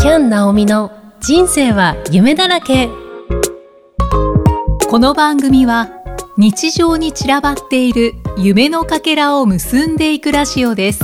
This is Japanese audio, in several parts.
キャン・ナオミの人生は夢だらけ。 この番組は日常に散らばっている夢のかけらを結んでいくラジオです。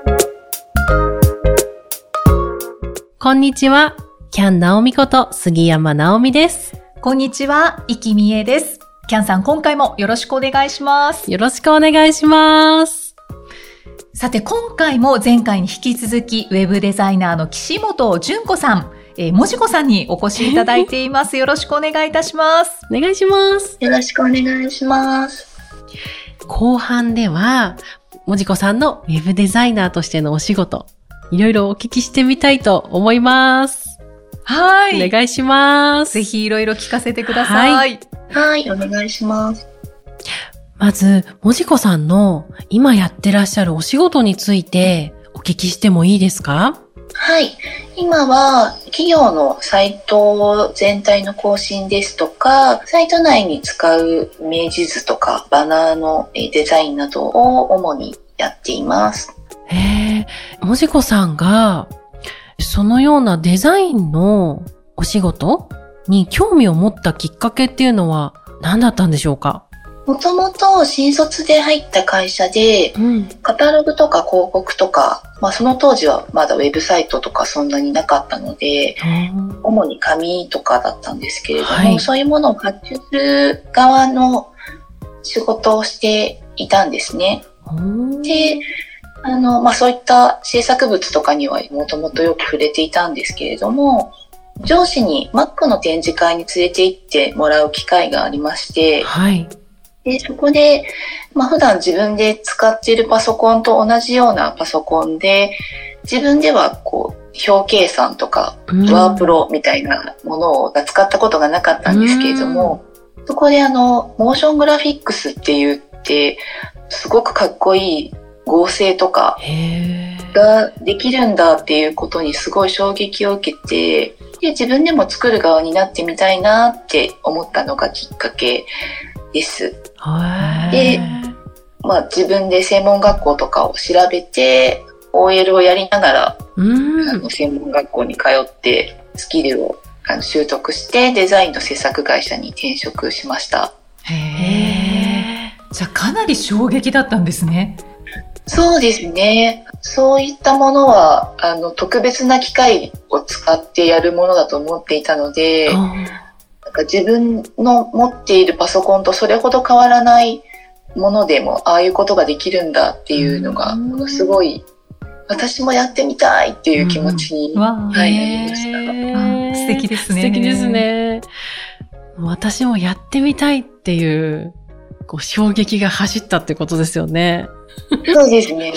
こんにちは、キャン・ナオミこと杉山直美です。 こんにちは、生きみえです。キャンさん、今回もよろしくお願いします。 よろしくお願いします。 さて、今回も前回に引き続きウェブデザイナーの岸本純子さん、もじこさんにお越しいただいています。よろしくお願いいたします。 お願いします。 よろしくお願いします。 後半ではもじこさんのウェブデザイナーとしてのお仕事、いろいろお聞きしてみたいと思います。 はい。 お願いします。 ぜひいろいろ聞かせてください。 はい、お願いします。 まず、もじこさんの今やってらっしゃるお仕事についてお聞きしてもいいですか？ はい。今は企業のサイト全体の更新ですとか、サイト内に使うイメージ図とかバナーのデザインなどを主にやっています。 もじこさんがそのようなデザインのお仕事に興味を持ったきっかけっていうのは何だったんでしょうか？ もともと新卒で入った会社で、カタログとか広告とか、その当時はまだウェブサイトとかそんなになかったので、主に紙とかだったんですけれども、そういうものを発注する側の仕事をしていたんですね。で、そういった制作物とかにはもともとよく触れていたんですけれども、上司に Mac の展示会に連れて行ってもらう機会がありまして、でそこで、普段自分で使っているパソコンと同じようなパソコンで、自分では表計算とか、ワープロみたいなものを使ったことがなかったんですけれども、そこでモーショングラフィックスって言って、すごくかっこいい合成とかができるんだっていうことにすごい衝撃を受けて、で自分でも作る側になってみたいなって思ったのがきっかけです。で、自分で専門学校とかを調べて OL をやりながら、専門学校に通ってスキルを習得してデザインの制作会社に転職しました。 じゃあかなり衝撃だったんですね。 そうですね。そういったものは特別な機械を使ってやるものだと思っていたので、自分の持っているパソコンとそれほど変わらないものでもああいうことができるんだっていうのがすごい私もやってみたいっていう気持ちになりました。 素敵ですね。 素敵ですね。私もやってみたいっていう衝撃が走ったってことですよね。 そうですね。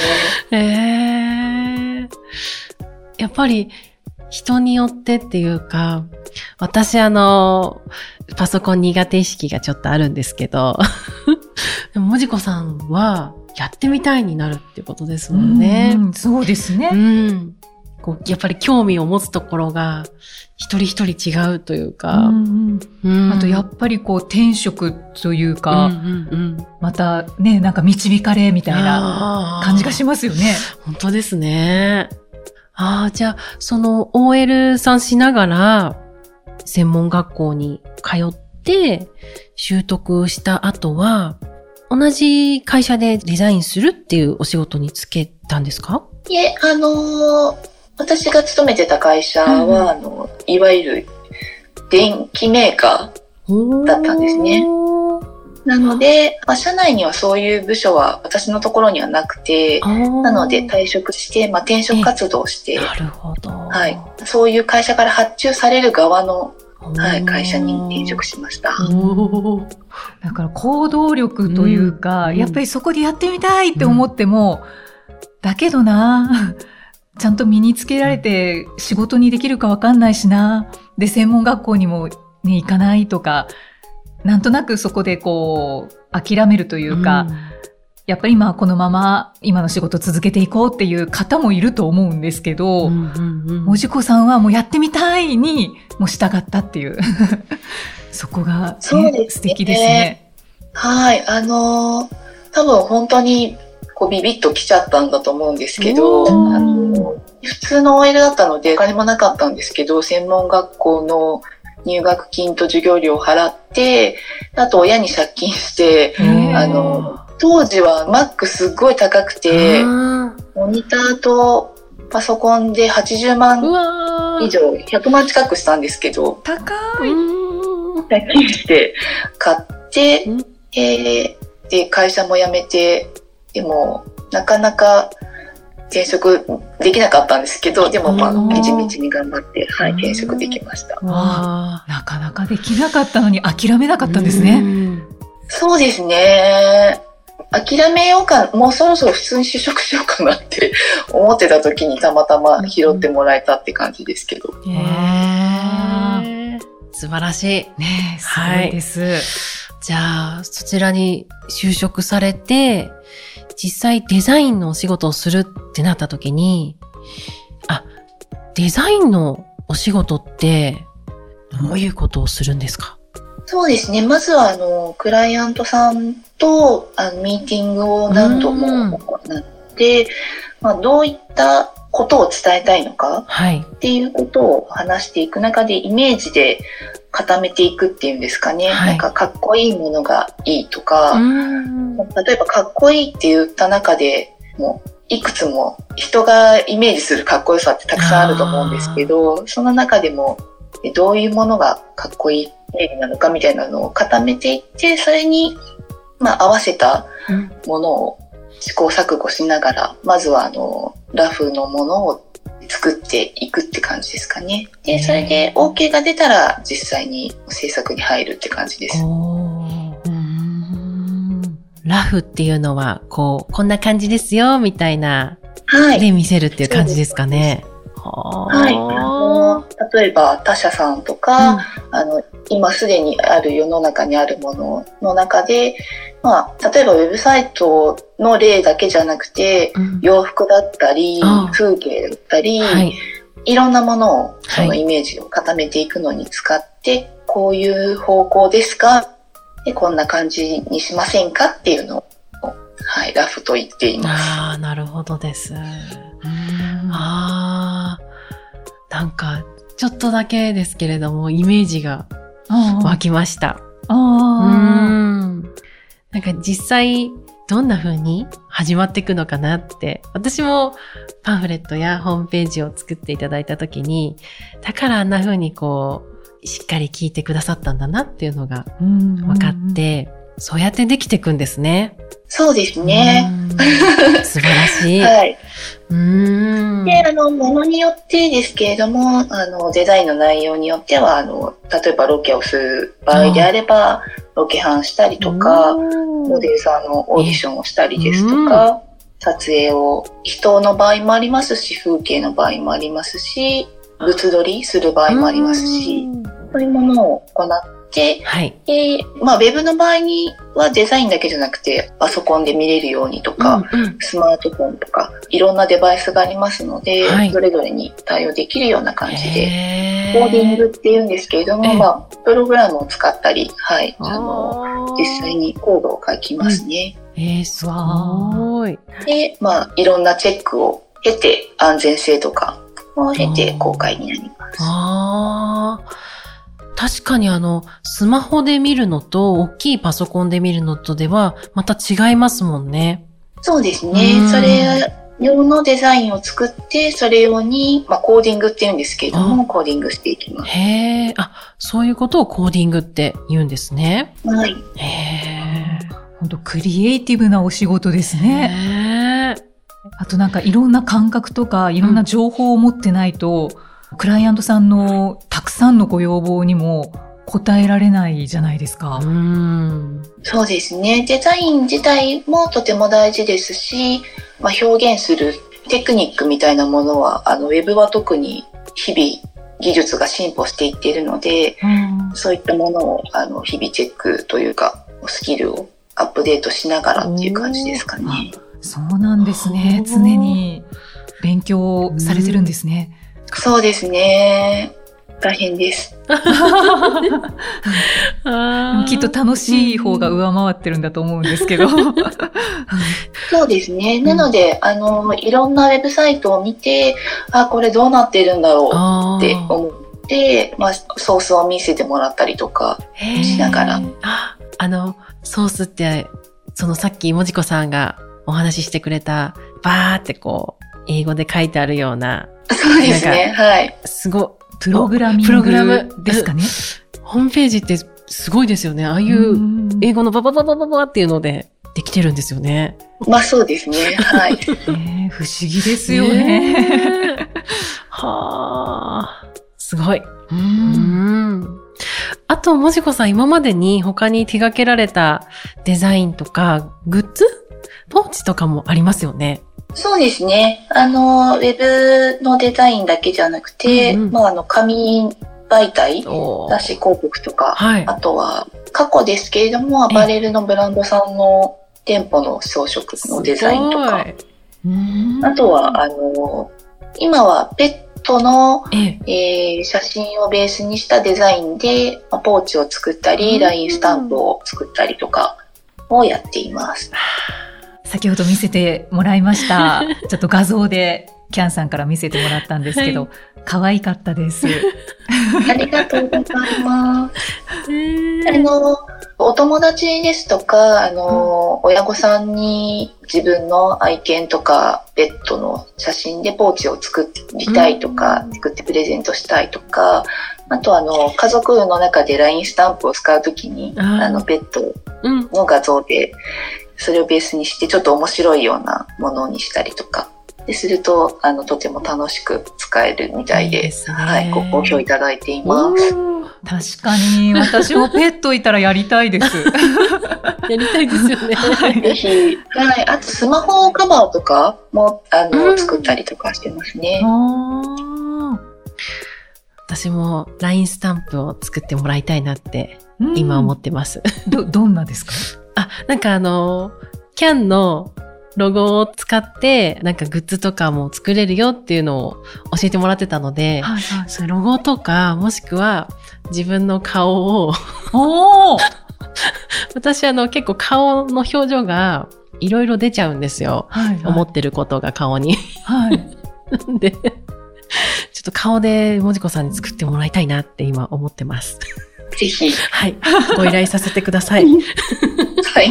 やっぱり人によってっていうか、私パソコン苦手意識がちょっとあるんですけど、でももじこさんはやってみたいになるってことですもんね。 そうですね。 やっぱり興味を持つところが一人一人違うというか、 あとやっぱり転職というか、またね、なんか導かれみたいな感じがしますよね。 本当ですね。じゃあその OL さんしながら専門学校に通って習得した後は同じ会社でデザインするっていうお仕事に就けたんですか？ いえ、私が勤めてた会社は、いわゆる電機メーカーだったんですね。なので、社内にはそういう部署は私のところにはなくて、なので退職して、転職活動をして、 なるほど。 そういう会社から発注される側の、会社に転職しました。 だから行動力というか、やっぱりそこでやってみたいって思っても、だけどな、ちゃんと身につけられて仕事にできるかわかんないしな、で専門学校にも、行かないとか、なんとなくそこで諦めるというか、やっぱりこのまま今の仕事続けていこうっていう方もいると思うんですけど、もじこさんはもうやってみたいにもう従ったっていうそこが、 そうですね、 素敵ですね。 多分本当にビビッと来ちゃったんだと思うんですけど、 普通の OL だったのでお金もなかったんですけど、専門学校の入学金と授業料を払って、あと親に借金して、当時は Mac すっごい高くて、モニターとパソコンで80万以上、100万近くしたんですけど、 高い。 借金して買って、で、会社も辞めて、でも、なかなか転職できなかったんですけど、でも地道に頑張って、転職できました。 なかなかできなかったのに諦めなかったんですね。 そうですね。諦めようか、もうそろそろ普通に就職しようかなって思ってた時にたまたま拾ってもらえたって感じですけど。 素晴らしい。 ね、すごいです。 じゃあ、そちらに就職されて、実際デザインのお仕事をするってなった時に、デザインのお仕事ってどういうことをするんですか？ そうですね。まずはクライアントさんとミーティングを何度も行って、どういったことを伝えたいのかっていうことを話していく中でイメージで固めていくっていうんですかね。なんかかっこいいものがいいとか、例えばかっこいいって言った中でもいくつも人がイメージするかっこよさってたくさんあると思うんですけど、その中でもどういうものがかっこいいイメージなのかみたいなのを固めていって、それに合わせたものを試行錯誤しながら、まずはラフのものを作っていくって感じですかね。で、それで OK が出たら実際に制作に入るって感じです。 ラフっていうのはこんな感じですよみたいなで見せるっていう感じですかね。 例えば他社さんとか、今すでにある世の中にあるものの中で、例えばウェブサイトの例だけじゃなくて、洋服だったり、風景だったり、いろんなものを、そのイメージを固めていくのに使って、こういう方向ですか？で、こんな感じにしませんかっていうのを、ラフと言っています。 なるほどです。なんか、ちょっとだけですけれども、イメージが湧きました。なんか実際、どんな風に始まっていくのかなって、私もパンフレットやホームページを作っていただいたときに、だからあんな風にしっかり聞いてくださったんだなっていうのが分かって、そうやってできていくんですね。 そうですね。 素晴らしい。 で、ものによってですけれども、デザインの内容によっては、例えばロケをする場合であれば、ロケハンしたりとか、モデルさんのオーディションをしたりですとか、撮影を人の場合もありますし、風景の場合もありますし、物撮りする場合もありますし、そういうものを行って、で、ウェブの場合にはデザインだけじゃなくて、パソコンで見れるようにとか、スマートフォンとか、いろんなデバイスがありますので、それぞれに対応できるような感じで、コーディングって言うんですけれども、プログラムを使ったり、実際にコードを書きますね。 すごい。 で、いろんなチェックを経て、安全性とかを経て公開になります。 確かにスマホで見るのと、大きいパソコンで見るのとでは、また違いますもんね。 そうですね。それ用のデザインを作って、それ用に、コーディングって言うんですけれども、コーディングしていきます。 そういうことをコーディングって言うんですね。 本当クリエイティブなお仕事ですね。あとなんかいろんな感覚とか、いろんな情報を持ってないと、クライアントさんのたくさんのご要望にも応えられないじゃないですか。 そうですね。デザイン自体もとても大事ですし、表現するテクニックみたいなものは、ウェブは特に日々技術が進歩していっているので、そういったものを日々チェックというか、スキルをアップデートしながらっていう感じですかね。 そうなんですね。常に勉強されてるんですね。 そうですね。 大変です。 きっと楽しい方が上回ってるんだと思うんですけど。 そうですね。なので、いろんなウェブサイトを見て、これどうなってるんだろうって思って、ソースを見せてもらったりとかしながら。 ソースって、さっきもじこさんがお話ししてくれた、バーって英語で書いてあるような。 そうですね。はい。 すごい。 プログラミングですかね。 ホームページってすごいですよね。ああいう英語のババババババっていうのでできてるんですよね。 そうですね。はい。 不思議ですよね。 はあ、すごい。あと、もじこさん、今までに他に手掛けられたデザインとか、グッズ？ポーチとかもありますよね。 そうですね。ウェブのデザインだけじゃなくて、紙媒体、雑誌広告とか、あとは過去ですけれども、アパレルのブランドさんの店舗の装飾のデザインとか、あとは、今はペットの、写真をベースにしたデザインで、ポーチを作ったり、ラインスタンプを作ったりとかをやっています。 先ほど見せてもらいました。ちょっと画像でキャンさんから見せてもらったんですけど、可愛かったです。 ありがとうございます。お友達ですとか、親御さんに自分の愛犬とかペットの写真でポーチを作りたいとか、作ってプレゼントしたいとか、あと家族の中で LINE スタンプを使うときに、ペットの画像で、それをベースにしてちょっと面白いようなものにしたりとかするととても楽しく使えるみたいで、ご好評いただいています。 確かに私もペットいたらやりたいです。 やりたいですよね。 ぜひ。あとスマホカバーとかも作ったりとかしてますね。 私も LINE スタンプを作ってもらいたいなって今思ってます。 どんなですか？ なんかキャンのロゴを使って、なんかグッズとかも作れるよっていうのを教えてもらってたので、そういうロゴとか、もしくは自分の顔を私結構顔の表情がいろいろ出ちゃうんですよ。思ってることが顔に。で、ちょっと顔でもじこさんに作ってもらいたいなって今思ってます。 ぜひ。 はい。ご依頼させてください。 はい。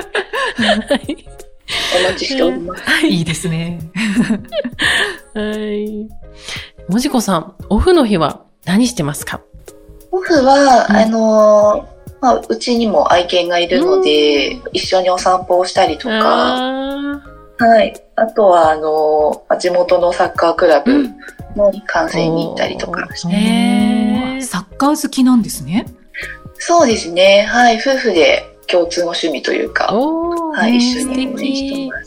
お待ちしております。 いいですね。 はい。もじこさん、オフの日は何してますか？ オフは、うちにも愛犬がいるので、一緒にお散歩をしたりとか、あとは、地元のサッカークラブの観戦に行ったりとかして。 サッカー好きなんですね。 そうですね。夫婦で共通の趣味というか、一緒に応援しています。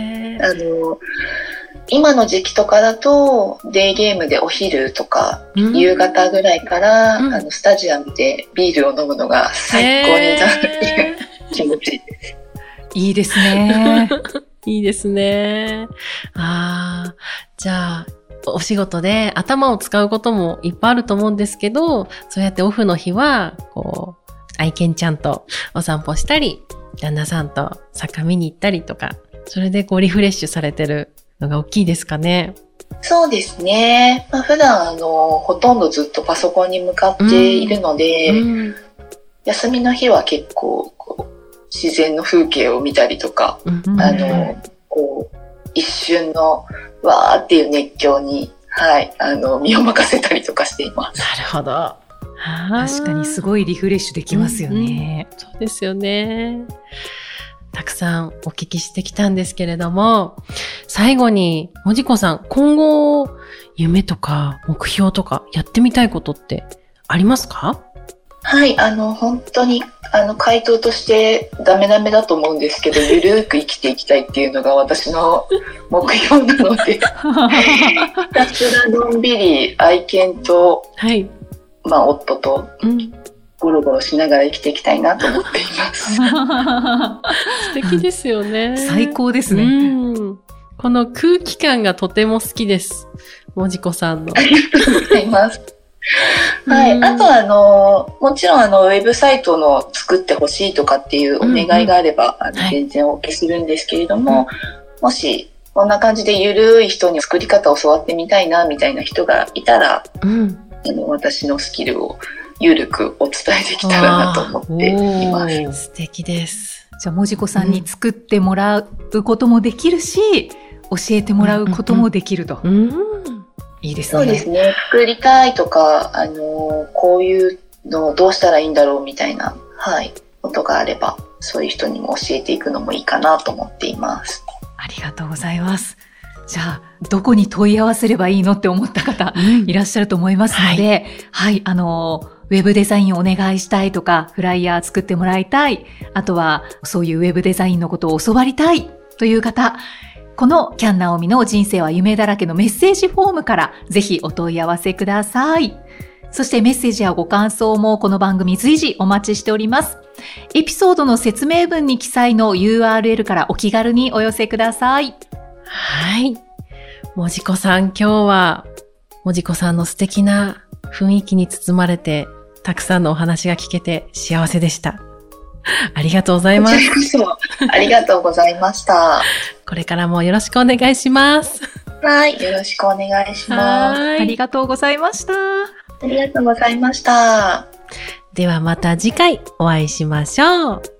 今の時期とかだと、デイゲームでお昼とか、夕方ぐらいから、スタジアムでビールを飲むのが最高に楽しい気持ちいいです。 いいですね。 いいですね。じゃあ、お仕事で頭を使うこともいっぱいあると思うんですけど、そうやってオフの日は、愛犬ちゃんとお散歩したり、旦那さんとサッカー見に行ったりとか、それでリフレッシュされてるのが大きいですかね。 そうですね。普段ほとんどずっとパソコンに向かっているので、休みの日は結構自然の風景を見たりとか、一瞬のわーっていう熱狂に、身を任せたりとかしています。 なるほど。 確かにすごいリフレッシュできますよね。 そうですよね。たくさんお聞きしてきたんですけれども、最後にもじこさん、今後夢とか目標とかやってみたいことってありますか？ 本当に回答としてダメだと思うんですけど、ゆるーく生きていきたいっていうのが私の目標なので、ひたすらのんびり愛犬と、夫とゴロゴロしながら生きていきたいなと思っています。 素敵ですよね。 最高ですね。 この空気感がとても好きです。もじこさんの。 ありがとうございます。 はい。あとは、もちろんウェブサイトの作ってほしいとかっていうお願いがあれば、全然お受けするんですけれども、もし、こんな感じでゆるい人に作り方を教わってみたいな、みたいな人がいたら、私のスキルをゆるくお伝えできたらなと思っています。 素敵です。 じゃあ、もじこさんに作ってもらうこともできるし、教えてもらうこともできると。いいですね。 そうですね。作りたいとか、こういうのをどうしたらいいんだろうみたいな、ことがあれば、そういう人にも教えていくのもいいかなと思っています。 ありがとうございます。じゃあ、どこに問い合わせればいいのって思った方、いらっしゃると思いますので、ウェブデザインをお願いしたいとか、フライヤー作ってもらいたい、あとはそういうウェブデザインのことを教わりたいという方、このキャンナオミの人生は夢だらけのメッセージフォームからぜひお問い合わせください。そしてメッセージやご感想もこの番組随時お待ちしております。エピソードの説明文に記載の URL からお気軽にお寄せください。 はい。もじこさん、今日はもじこさんの素敵な雰囲気に包まれて、たくさんのお話が聞けて幸せでした。ありがとうございます。 こちらこそありがとうございました。 これからもよろしくお願いします。 はい、よろしくお願いします。 ありがとうございました。 ありがとうございました。 ではまた次回お会いしましょう。